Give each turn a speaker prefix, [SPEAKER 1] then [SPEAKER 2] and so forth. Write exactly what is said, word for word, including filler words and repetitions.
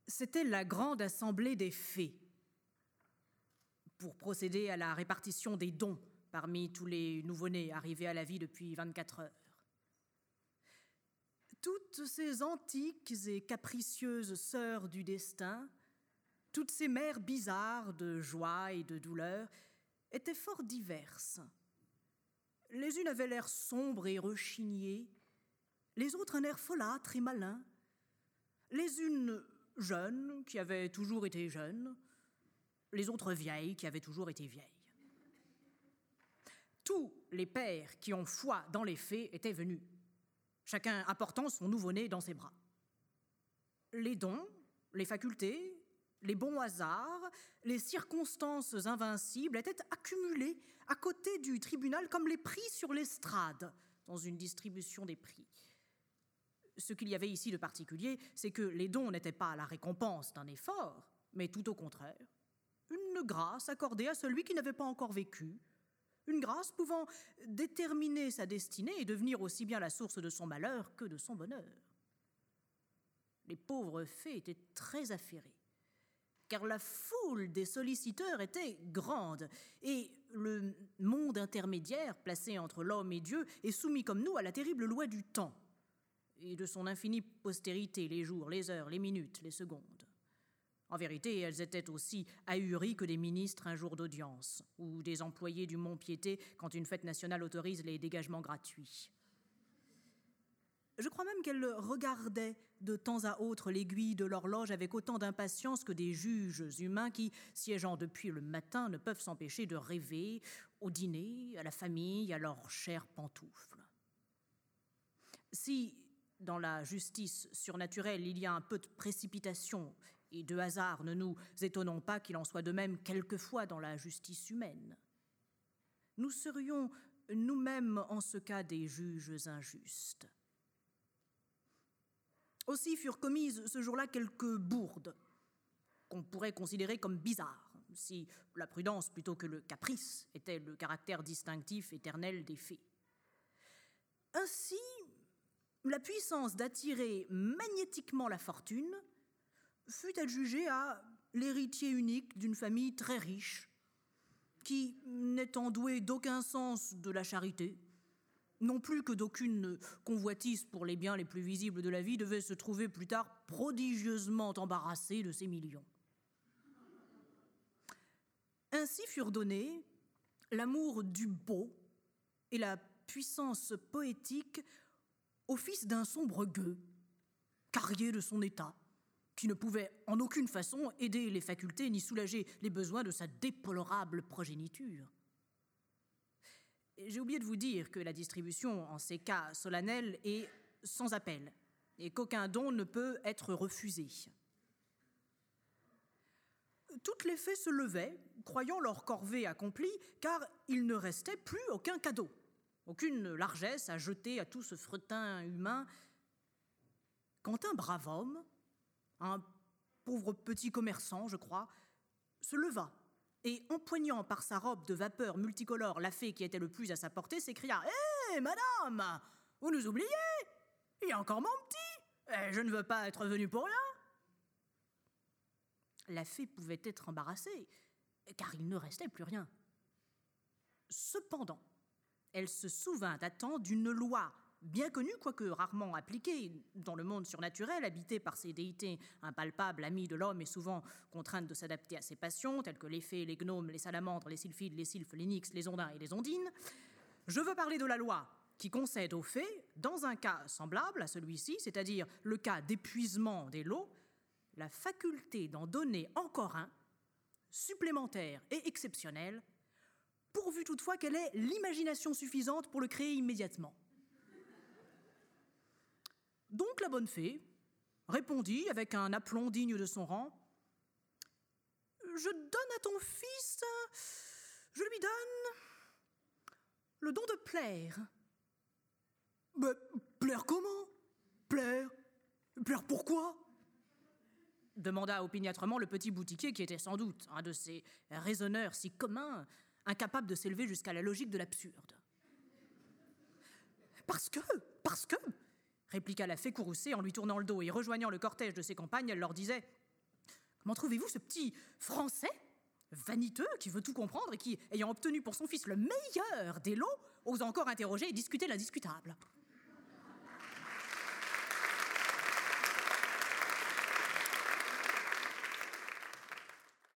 [SPEAKER 1] C'était la grande assemblée des fées pour procéder à la répartition des dons parmi tous les nouveau-nés arrivés à la vie depuis vingt-quatre heures. Toutes ces antiques et capricieuses sœurs du destin, toutes ces mères bizarres de joie et de douleur, étaient fort diverses. Les unes avaient l'air sombre et rechigné, les autres un air folâtre et malin, les unes jeunes, qui avaient toujours été jeunes, les autres vieilles, qui avaient toujours été vieilles. Tous les pères qui ont foi dans les fées étaient venus, chacun apportant son nouveau-né dans ses bras. Les dons, les facultés, les bons hasards, les circonstances invincibles étaient accumulés à côté du tribunal comme les prix sur l'estrade dans une distribution des prix. Ce qu'il y avait ici de particulier, c'est que les dons n'étaient pas la récompense d'un effort, mais tout au contraire, une grâce accordée à celui qui n'avait pas encore vécu, une grâce pouvant déterminer sa destinée et devenir aussi bien la source de son malheur que de son bonheur. Les pauvres fées étaient très affairées, car la foule des solliciteurs était grande, et le monde intermédiaire, placé entre l'homme et Dieu, est soumis comme nous à la terrible loi du temps, et de son infinie postérité, les jours, les heures, les minutes, les secondes. En vérité, elles étaient aussi ahuries que des ministres un jour d'audience, ou des employés du Mont-Piété quand une fête nationale autorise les dégagements gratuits. Je crois même qu'elles regardaient de temps à autre l'aiguille de l'horloge avec autant d'impatience que des juges humains qui, siégeant depuis le matin, ne peuvent s'empêcher de rêver au dîner, à la famille, à leurs chères pantoufles. Si, dans la justice surnaturelle, il y a un peu de précipitation et de hasard, ne nous étonnons pas qu'il en soit de même quelquefois dans la justice humaine. Nous serions nous-mêmes en ce cas des juges injustes. Aussi furent commises ce jour-là quelques bourdes qu'on pourrait considérer comme bizarres, si la prudence plutôt que le caprice était le caractère distinctif éternel des fées. Ainsi, la puissance d'attirer magnétiquement la fortune fut adjugée à l'héritier unique d'une famille très riche, qui, n'étant doué d'aucun sens de la charité, non plus que d'aucune convoitise pour les biens les plus visibles de la vie, devait se trouver plus tard prodigieusement embarrassé de ses millions. Ainsi furent donnés l'amour du beau et la puissance poétique au fils d'un sombre gueux, carrier de son état, qui ne pouvait en aucune façon aider les facultés ni soulager les besoins de sa déplorable progéniture. J'ai oublié de vous dire que la distribution en ces cas solennels est sans appel et qu'aucun don ne peut être refusé. Toutes les fées se levaient, croyant leur corvée accomplie, car il ne restait plus aucun cadeau, aucune largesse à jeter à tout ce fretin humain, quand un brave homme, un pauvre petit commerçant, je crois, se leva et, empoignant par sa robe de vapeur multicolore la fée qui était le plus à sa portée, s'écria « Hé, madame, vous nous oubliez? Il y a encore mon petit, et je ne veux pas être venu pour rien. » La fée pouvait être embarrassée, car il ne restait plus rien. Cependant, elle se souvint à temps d'une loi bien connue, quoique rarement appliquée, dans le monde surnaturel, habité par ces déités impalpables, amies de l'homme et souvent contraintes de s'adapter à ses passions, telles que les fées, les gnomes, les salamandres, les sylphides, les sylphes, les nixes, les ondins et les ondines. Je veux parler de la loi qui concède aux fées, dans un cas semblable à celui-ci, c'est-à-dire le cas d'épuisement des lots, la faculté d'en donner encore un, supplémentaire et exceptionnel, pourvu toutefois qu'elle ait l'imagination suffisante pour le créer immédiatement. Donc la bonne fée répondit avec un aplomb digne de son rang « Je donne à ton fils, je lui donne le don de plaire. » « Mais plaire comment? Plaire? Plaire pourquoi ?» demanda opiniâtrement le petit boutiquier qui était sans doute un de ces raisonneurs si communs, incapable de s'élever jusqu'à la logique de l'absurde. « Parce que, parce que, répliqua la fée courroucée en lui tournant le dos et rejoignant le cortège de ses compagnes, elle leur disait Comment trouvez-vous ce petit Français vaniteux qui veut tout comprendre et qui, ayant obtenu pour son fils le meilleur des lots, ose encore interroger et discuter l'indiscutable?